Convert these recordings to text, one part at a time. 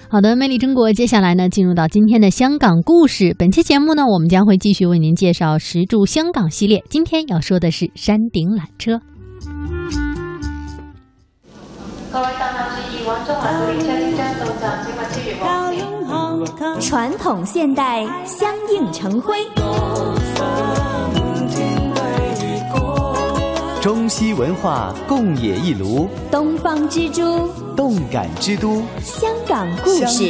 好的，魅力中国，接下来呢，进入到今天的香港故事。本期节目呢，我们将会继续为您介绍石柱香港系列。今天要说的是山顶缆车。 各位乘客注意，往中環列車即將到站，請勿超越黃線。 傳統現代相映成輝， 中西文化共冶一炉， 東方之珠， 動感之都， 香港故事。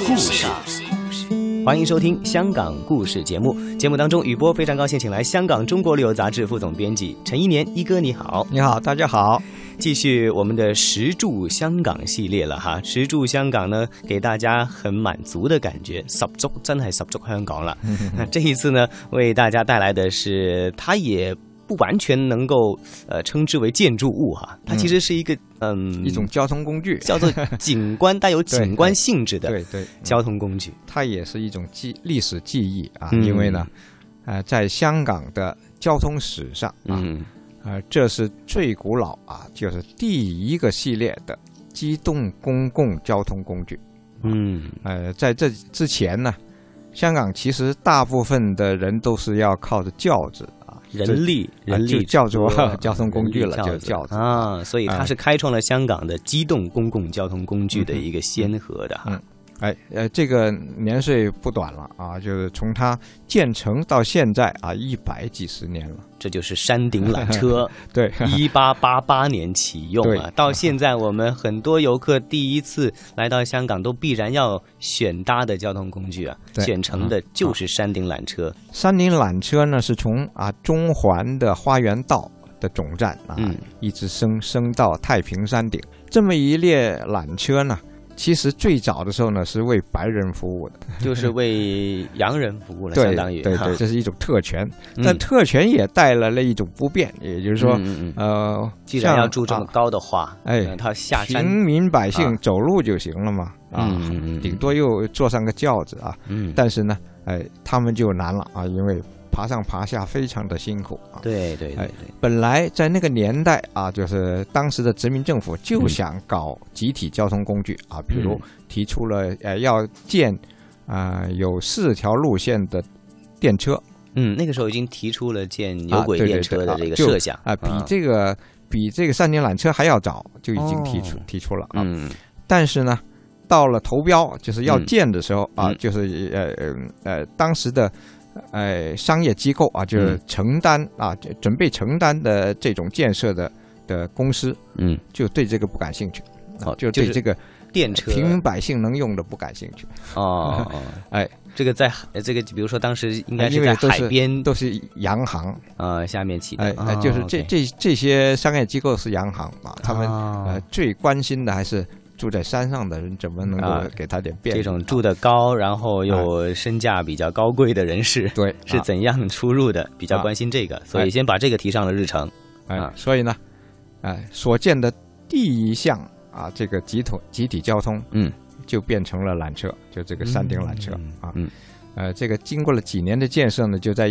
歡迎收聽香港故事節目。節目當中，宇波非常高興請來香港中國旅遊雜誌副總編輯陳一年，一哥你好。 你好，大家好。 繼續我們的石柱香港系列了哈，石柱香港呢，給大家很滿足的感覺，十足真係十足香港了。那這一次呢，為大家帶來的是，它也不完全能夠稱之為建築物哈，它其實是一個一種交通工具， 叫做景觀，帶有景觀性質的對交通工具。 它也是一種歷史記憶啊，因為呢，在香港的交通史上啊。這是最古老啊，就是第一個系列的機動公共交通工具。在這之前呢，香港其實大部分的人都是要靠着轎子啊， 人力就叫做交通工具了，就轎子啊，所以它是開創了香港的機動公共交通工具的一個先河的哈。 這個年歲不短了啊，就是從它建成到現在啊，100幾十年了。 這就是山頂纜車， 對 ，1888年啟用啊，到現在我們很多遊客第一次來到香港都必然要選搭的交通工具啊，選乘的就是山頂纜車。 山頂纜車呢是從中環的花園道的總站啊，一直升到太平山頂。這麼一列纜車呢，其實最早的時候呢是為白人服務的， 就是為洋人服務了，相當於對，這是一種特權，但特權也帶來了一種不便，也就是說， 既然要住這麼高的話，他下山平民百姓走路就行了嘛，頂多又坐上個轎子啊，但是呢，他們就難了啊，因為爬上爬下非常的辛苦啊。 對， 本來在那個年代啊，就是當時的殖民政府就想搞集體交通工具啊，比如提出了要建有4條路線的電車。 那個時候已經提出了建有軌電車的這個設想比這個山頂纜車還要早就已經提出了啊。但是呢，到了投標就是要建的時候啊，就是當時的商業機構啊，就是承擔準備承擔的這種建設的公司，就對這個不感興趣，就對這個電車平民百姓能用的不感興趣。 這個在這個比如說當時應該是在海邊， 都是洋行下面起的， 就是這些商業機構是洋行啊，他們最關心的還是住在山上的人怎麼能夠給他點便利？ 這種住得高，然後又身價比較高貴的人士， 對， 是怎樣出入的？比較關心這個，所以先把這個提上了日程。 所以呢，所建的第一項啊，這個集體交通，就變成了纜車，就這個山頂纜車啊。這個經過了幾年的建設呢，就在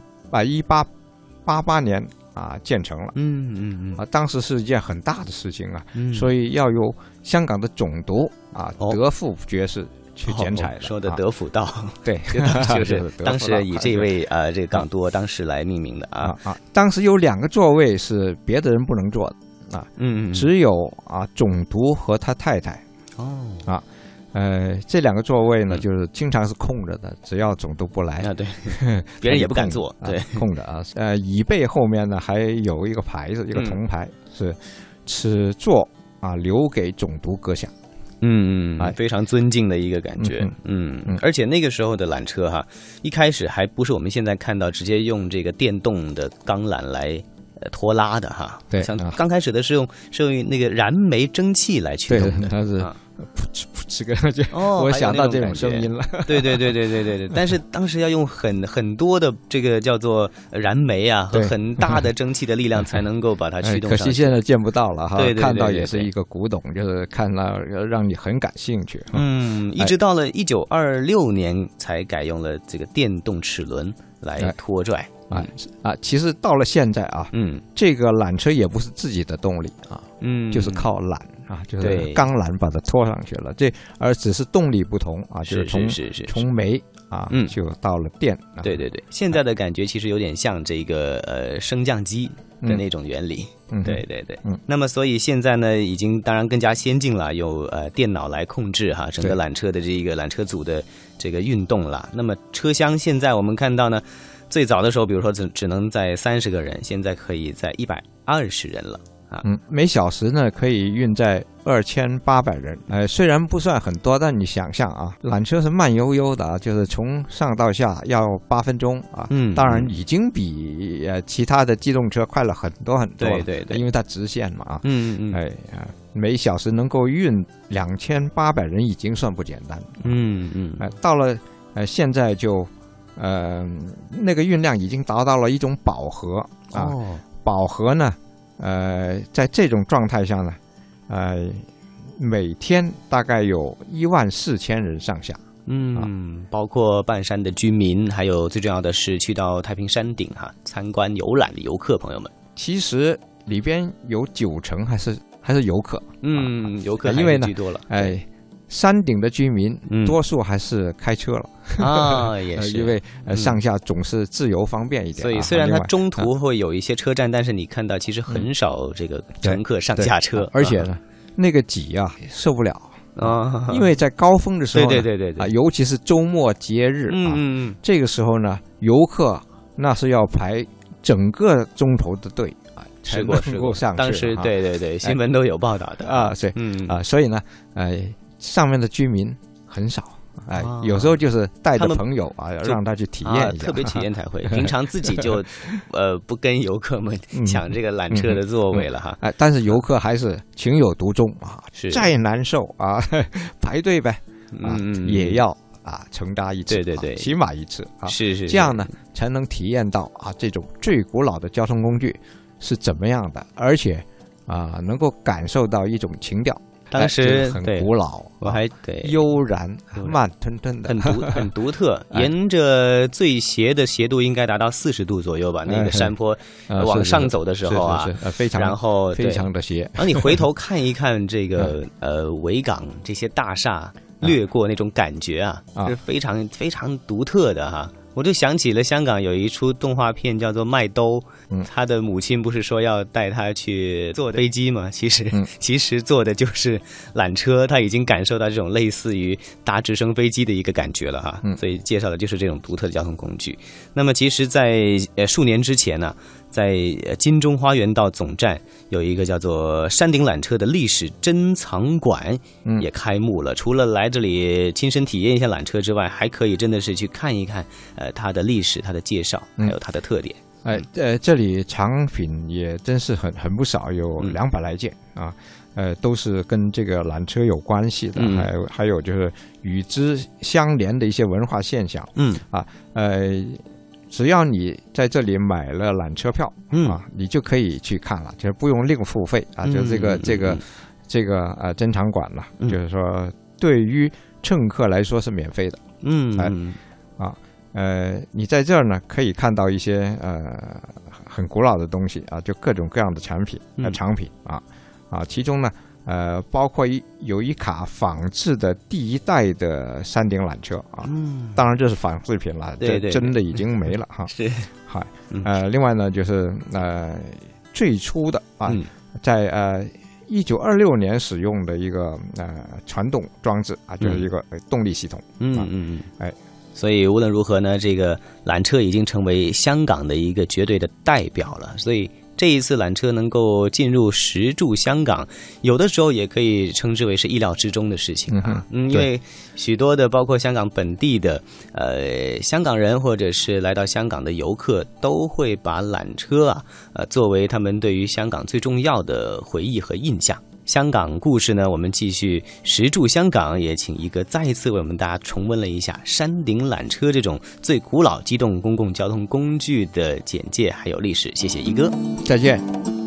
1888年建成了。當時是一件很大的事情啊，所以要由香港的總督德輔爵士去剪彩的。 說的德輔道， 對， 就是當時以這位這個港督當時來命名的啊。 當時有2個座位是別的人不能坐的啊，只有總督和他太太。這2個座位呢，就是經常是空着的，只要總督不來對，別人也不敢坐，對， 空的啊。椅背後面呢還有一個牌子，一個銅牌，是此座留給總督閣下。 非常尊敬的一個感覺。而且那個時候的纜車哈，一開始還不是我們現在看到直接用這個電動的鋼纜來拖拉的哈。 對， 像剛開始的是用那個燃煤蒸汽來驅動的， 它是這個就我想到這種聲音了。 對，但是當時要用很多的這個叫做燃煤啊，和很大的蒸汽的力量才能夠把它驅動上去。 可惜現在見不到了哈， 對， 看到也是一個古董，就是看到讓你很感興趣。 一直到了1926年才改用了這個電動齒輪來拖拽。 其實到了現在啊，這個纜車也不是自己的動力啊，就是靠纜啊，就是钢缆把它拖上去了。而只是动力不同啊，就是从煤啊，就到了电。 对对对，现在的感觉其实有点像这个升降机的那种原理。对对对。那么所以现在呢，已经当然更加先进了，有电脑来控制哈整个缆车的这个缆车组的这个运动了。那么车厢现在我们看到呢，最早的时候，比如说只能载30个人，现在可以载120人了。 每小时呢可以运载2800人，虽然不算很多，但你想象啊，缆车是慢悠悠的啊，就是从上到下要8分钟啊，当然已经比其他的机动车快了很多很多了，对，因为它直线嘛啊，每小时能够运2800人已经算不简单了，到了现在就那个运量已经达到了一种饱和啊，饱和呢。在这种状态下呢，每天大概有14000人上下， 包括半山的居民，还有最重要的是去到太平山顶参观游览的游客朋友们。 其实里边有90%还是游客， 游客还是居多了， 山顶的居民多数还是开车了啊，也是因为上下总是自由方便一点， 所以虽然它中途会有一些车站，但是你看到其实很少这个乘客上下车， 而且呢，那个挤啊受不了啊，因为在高峰的时候，对啊，尤其是周末节日啊，这个时候呢，游客那是要排整个钟头的队啊，才能够上去。 当时对，新闻都有报道的啊，对，所以呢，上面的居民很少，有时候就是带着朋友啊，让他去体验一下， 特别体验才会。平常自己就不跟游客们抢这个缆车的座位了哈。 但是游客还是情有独钟啊，再难受啊，排队呗，也要乘搭一次，对，起码一次啊， 是这样呢才能体验到这种最古老的交通工具是怎么样的，而且能够感受到一种情调。 当时很古老， 我还悠然慢吞吞的， 很独特。沿着最斜的斜度应该达到40度左右吧，那个山坡往上走的时候非常， 然后非常的斜。 然后你回头看一看这个维港这些大厦掠过那种感觉是非常非常独特的哈。我就想起了香港有一出动画片叫做《麦兜》，他的母亲不是说要带他去坐飞机吗？其实坐的就是缆车，他已经感受到这种类似于搭直升飞机的一个感觉了哈。所以介绍的就是这种独特的交通工具。那么其实在数年之前呢，在金钟花园道总站有一个叫做山顶缆车的历史珍藏馆也开幕了。除了来这里亲身体验一下缆车之外，还可以真的是去看一看它的历史、它的介绍，还有它的特点。 这里藏品也真是很不少，有200来件啊，都是跟这个缆车有关系的，还有就是与之相连的一些文化现象。只要你在这里买了缆车票你就可以去看了，就是不用另付费啊。就这个珍藏馆了，就是说对于乘客来说是免费的。你在这儿呢可以看到一些很古老的东西啊，就各种各样的产品藏品其中呢包括有一卡仿制的第1代的山顶缆车当然这是仿制品了，这真的已经没了哈。 是， 另外呢就是最初的在1926年使用的一个传动装置就是一个动力系统。 所以无论如何呢，这个缆车已经成为香港的一个绝对的代表了。所以这一次缆车能够进入石柱香港，有的时候也可以称之为是意料之中的事情因为许多的包括香港本地的香港人或者是来到香港的游客，都会把缆车作为他们对于香港最重要的回忆和印象。香港故事呢，我们继续石柱香港，也请一哥再一次为我们大家重温了一下山顶缆车这种最古老机动公共交通工具的简介还有历史。谢谢一哥， 再见。